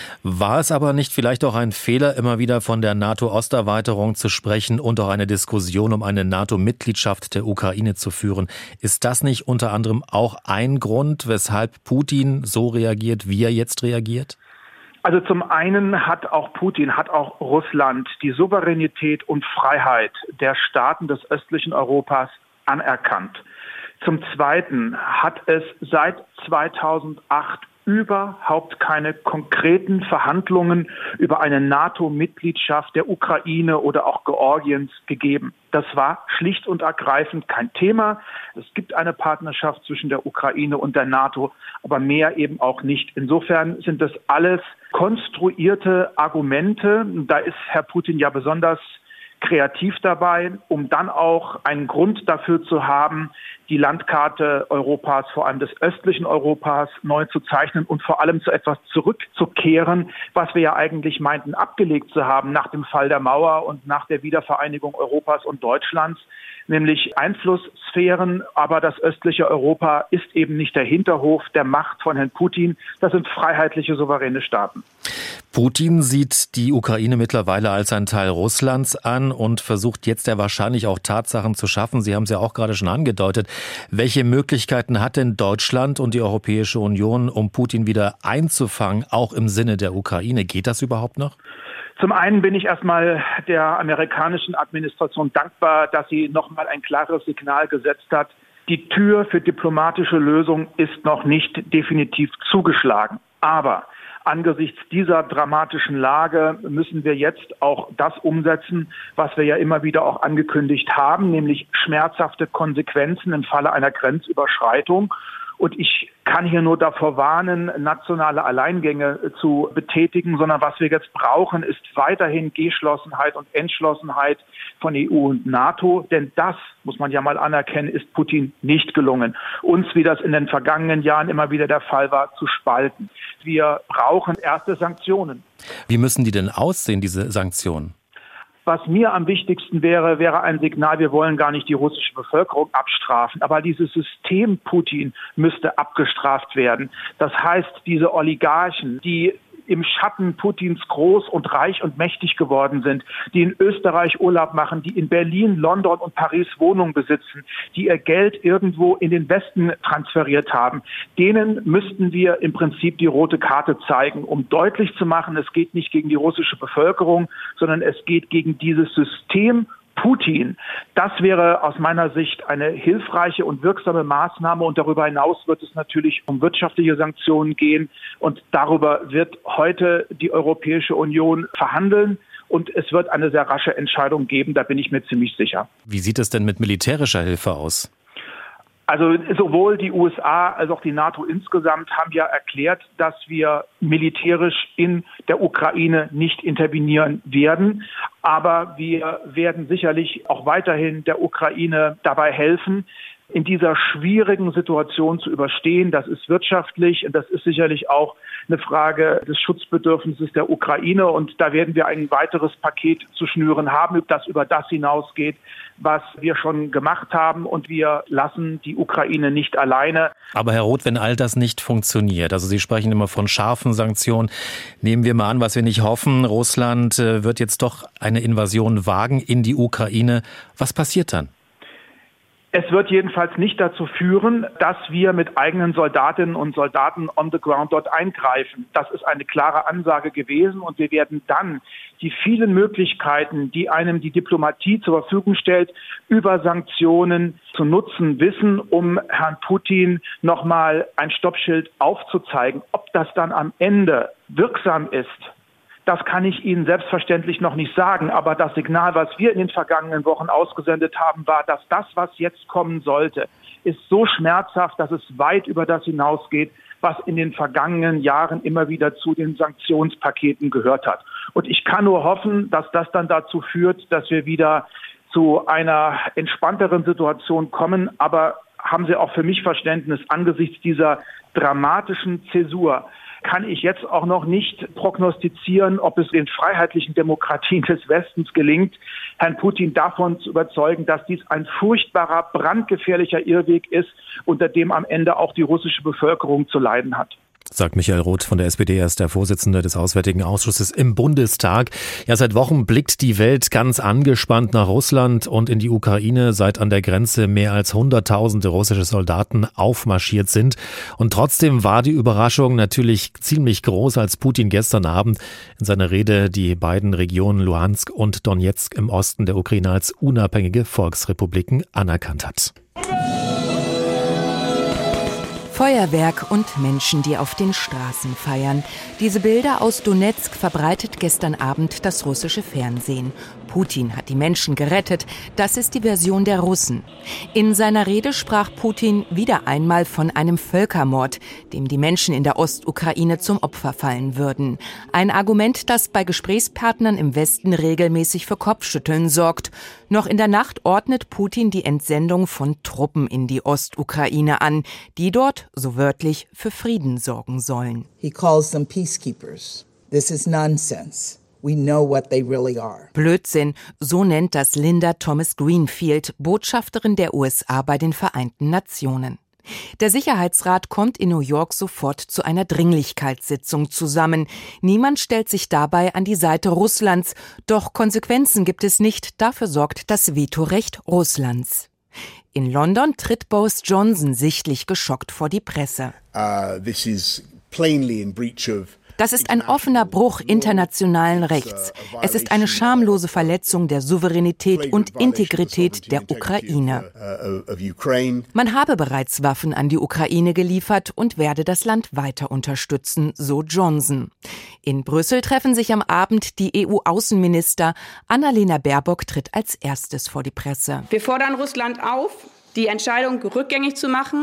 War es aber nicht vielleicht auch ein Fehler, immer wieder von der NATO-Osterweiterung zu sprechen und auch eine Diskussion um eine NATO-Mitgliedschaft der Ukraine zu führen? Ist das nicht unter anderem auch ein Grund, weshalb Putin so reagiert, wie er jetzt reagiert? Also zum einen hat auch Putin, hat auch Russland die Souveränität und Freiheit der Staaten des östlichen Europas anerkannt. Zum Zweiten hat es seit 2008 überhaupt keine konkreten Verhandlungen über eine NATO-Mitgliedschaft der Ukraine oder auch Georgiens gegeben. Das war schlicht und ergreifend kein Thema. Es gibt eine Partnerschaft zwischen der Ukraine und der NATO, aber mehr eben auch nicht. Insofern sind das alles konstruierte Argumente. Da ist Herr Putin ja besonders kreativ dabei, um dann auch einen Grund dafür zu haben, die Landkarte Europas, vor allem des östlichen Europas, neu zu zeichnen und vor allem zu etwas zurückzukehren, was wir ja eigentlich meinten, abgelegt zu haben nach dem Fall der Mauer und nach der Wiedervereinigung Europas und Deutschlands, nämlich Einflusssphären. Aber das östliche Europa ist eben nicht der Hinterhof der Macht von Herrn Putin. Das sind freiheitliche, souveräne Staaten. Putin sieht die Ukraine mittlerweile als ein Teil Russlands an und versucht jetzt ja wahrscheinlich auch Tatsachen zu schaffen. Sie haben es ja auch gerade schon angedeutet. Welche Möglichkeiten hat denn Deutschland und die Europäische Union, um Putin wieder einzufangen, auch im Sinne der Ukraine? Geht das überhaupt noch? Zum einen bin ich erstmal der amerikanischen Administration dankbar, dass sie nochmal ein klares Signal gesetzt hat. Die Tür für diplomatische Lösungen ist noch nicht definitiv zugeschlagen. Aber angesichts dieser dramatischen Lage müssen wir jetzt auch das umsetzen, was wir ja immer wieder auch angekündigt haben, nämlich schmerzhafte Konsequenzen im Falle einer Grenzüberschreitung. Und ich kann hier nur davor warnen, nationale Alleingänge zu betätigen, sondern was wir jetzt brauchen, ist weiterhin Geschlossenheit und Entschlossenheit von EU und NATO. Denn das, muss man ja mal anerkennen, ist Putin nicht gelungen, uns, wie das in den vergangenen Jahren immer wieder der Fall war, zu spalten. Wir brauchen erste Sanktionen. Wie müssen die denn aussehen, diese Sanktionen? Was mir am wichtigsten wäre ein Signal, wir wollen gar nicht die russische Bevölkerung abstrafen, aber dieses System Putin müsste abgestraft werden. Das heißt, diese Oligarchen, die im Schatten Putins groß und reich und mächtig geworden sind, die in Österreich Urlaub machen, die in Berlin, London und Paris Wohnungen besitzen, die ihr Geld irgendwo in den Westen transferiert haben, denen müssten wir im Prinzip die rote Karte zeigen, um deutlich zu machen, es geht nicht gegen die russische Bevölkerung, sondern es geht gegen dieses System Putin. Das wäre aus meiner Sicht eine hilfreiche und wirksame Maßnahme und darüber hinaus wird es natürlich um wirtschaftliche Sanktionen gehen und darüber wird heute die Europäische Union verhandeln und es wird eine sehr rasche Entscheidung geben, da bin ich mir ziemlich sicher. Wie sieht es denn mit militärischer Hilfe aus? Also sowohl die USA als auch die NATO insgesamt haben ja erklärt, dass wir militärisch in der Ukraine nicht intervenieren werden. Aber wir werden sicherlich auch weiterhin der Ukraine dabei helfen, in dieser schwierigen Situation zu überstehen. Das ist wirtschaftlich und das ist sicherlich auch eine Frage des Schutzbedürfnisses der Ukraine. Und da werden wir ein weiteres Paket zu schnüren haben, das über das hinausgeht, was wir schon gemacht haben. Und wir lassen die Ukraine nicht alleine. Aber Herr Roth, wenn all das nicht funktioniert, also Sie sprechen immer von scharfen Sanktionen, nehmen wir mal an, was wir nicht hoffen, Russland wird jetzt doch eine Invasion wagen in die Ukraine. Was passiert dann? Es wird jedenfalls nicht dazu führen, dass wir mit eigenen Soldatinnen und Soldaten on the ground dort eingreifen. Das ist eine klare Ansage gewesen und wir werden dann die vielen Möglichkeiten, die einem die Diplomatie zur Verfügung stellt, über Sanktionen zu nutzen wissen, um Herrn Putin nochmal ein Stoppschild aufzuzeigen. Ob das dann am Ende wirksam ist, das kann ich Ihnen selbstverständlich noch nicht sagen. Aber das Signal, was wir in den vergangenen Wochen ausgesendet haben, war, dass das, was jetzt kommen sollte, ist so schmerzhaft, dass es weit über das hinausgeht, was in den vergangenen Jahren immer wieder zu den Sanktionspaketen gehört hat. Und ich kann nur hoffen, dass das dann dazu führt, dass wir wieder zu einer entspannteren Situation kommen. Aber haben Sie auch für mich Verständnis angesichts dieser dramatischen Zäsur, kann ich jetzt auch noch nicht prognostizieren, ob es den freiheitlichen Demokratien des Westens gelingt, Herrn Putin davon zu überzeugen, dass dies ein furchtbarer, brandgefährlicher Irrweg ist, unter dem am Ende auch die russische Bevölkerung zu leiden hat. Sagt Michael Roth von der SPD, er ist der Vorsitzende des Auswärtigen Ausschusses im Bundestag. Ja, seit Wochen blickt die Welt ganz angespannt nach Russland und in die Ukraine, seit an der Grenze mehr als Hunderttausende russische Soldaten aufmarschiert sind. Und trotzdem war die Überraschung natürlich ziemlich groß, als Putin gestern Abend in seiner Rede die beiden Regionen Luhansk und Donetsk im Osten der Ukraine als unabhängige Volksrepubliken anerkannt hat. Feuerwerk und Menschen, die auf den Straßen feiern. Diese Bilder aus Donezk verbreitet gestern Abend das russische Fernsehen. Putin hat die Menschen gerettet. Das ist die Version der Russen. In seiner Rede sprach Putin wieder einmal von einem Völkermord, dem die Menschen in der Ostukraine zum Opfer fallen würden. Ein Argument, das bei Gesprächspartnern im Westen regelmäßig für Kopfschütteln sorgt. Noch in der Nacht ordnet Putin die Entsendung von Truppen in die Ostukraine an, die dort, so wörtlich, für Frieden sorgen sollen. He calls them peacekeepers. This is nonsense. We know what they really are. Blödsinn, so nennt das Linda Thomas-Greenfield, Botschafterin der USA bei den Vereinten Nationen. Der Sicherheitsrat kommt in New York sofort zu einer Dringlichkeitssitzung zusammen. Niemand stellt sich dabei an die Seite Russlands. Doch Konsequenzen gibt es nicht. Dafür sorgt das Vetorecht Russlands. In London tritt Boris Johnson sichtlich geschockt vor die Presse. This is plainly in breach of Das ist ein offener Bruch internationalen Rechts. Es ist eine schamlose Verletzung der Souveränität und Integrität der Ukraine. Man habe bereits Waffen an die Ukraine geliefert und werde das Land weiter unterstützen, so Johnson. In Brüssel treffen sich am Abend die EU-Außenminister. Annalena Baerbock tritt als erstes vor die Presse. Wir fordern Russland auf, die Entscheidung rückgängig zu machen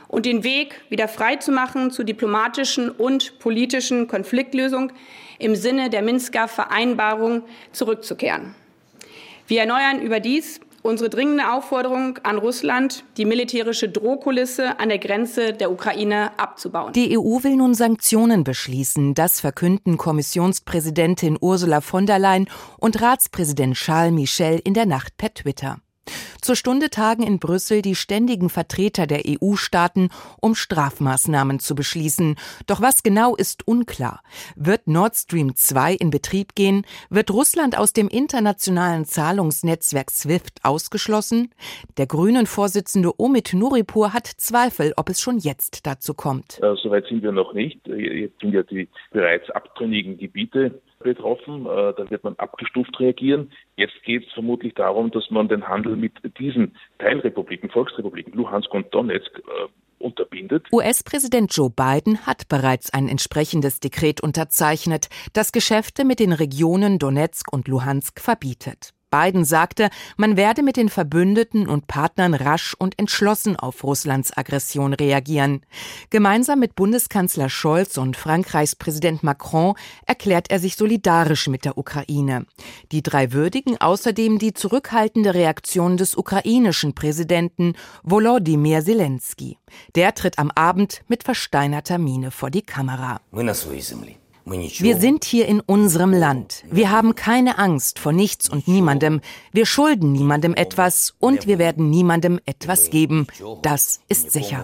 und den Weg wieder frei zu machen zur diplomatischen und politischen Konfliktlösung im Sinne der Minsker Vereinbarung zurückzukehren. Wir erneuern überdies unsere dringende Aufforderung an Russland, die militärische Drohkulisse an der Grenze der Ukraine abzubauen. Die EU will nun Sanktionen beschließen. Das verkünden Kommissionspräsidentin Ursula von der Leyen und Ratspräsident Charles Michel in der Nacht per Twitter. Zur Stunde tagen in Brüssel die ständigen Vertreter der EU-Staaten, um Strafmaßnahmen zu beschließen. Doch was genau ist unklar. Wird Nord Stream 2 in Betrieb gehen? Wird Russland aus dem internationalen Zahlungsnetzwerk SWIFT ausgeschlossen? Der Grünen-Vorsitzende Omid Nuripur hat Zweifel, ob es schon jetzt dazu kommt. Soweit sind wir noch nicht. Jetzt sind ja die bereits abtrünnigen Gebiete betroffen. Da wird man abgestuft reagieren. Jetzt geht es vermutlich darum, dass man den Handel mit diesen Teilrepubliken, Volksrepubliken, Luhansk und Donetsk, unterbindet. US-Präsident Joe Biden hat bereits ein entsprechendes Dekret unterzeichnet, das Geschäfte mit den Regionen Donetsk und Luhansk verbietet. Biden sagte, man werde mit den Verbündeten und Partnern rasch und entschlossen auf Russlands Aggression reagieren. Gemeinsam mit Bundeskanzler Scholz und Frankreichs Präsident Macron erklärt er sich solidarisch mit der Ukraine. Die drei würdigen außerdem die zurückhaltende Reaktion des ukrainischen Präsidenten Volodymyr Zelensky. Der tritt am Abend mit versteinerter Miene vor die Kamera. Wir sind hier in unserem Land. Wir haben keine Angst vor nichts und niemandem. Wir schulden niemandem etwas und wir werden niemandem etwas geben. Das ist sicher.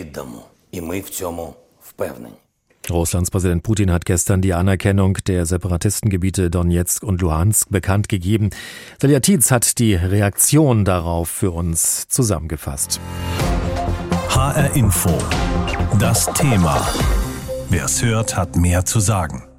Russlands Präsident Putin hat gestern die Anerkennung der Separatistengebiete Donetsk und Luhansk bekannt gegeben. Silja Tietz hat die Reaktion darauf für uns zusammengefasst. HR Info. Das Thema. Wer es hört, hat mehr zu sagen.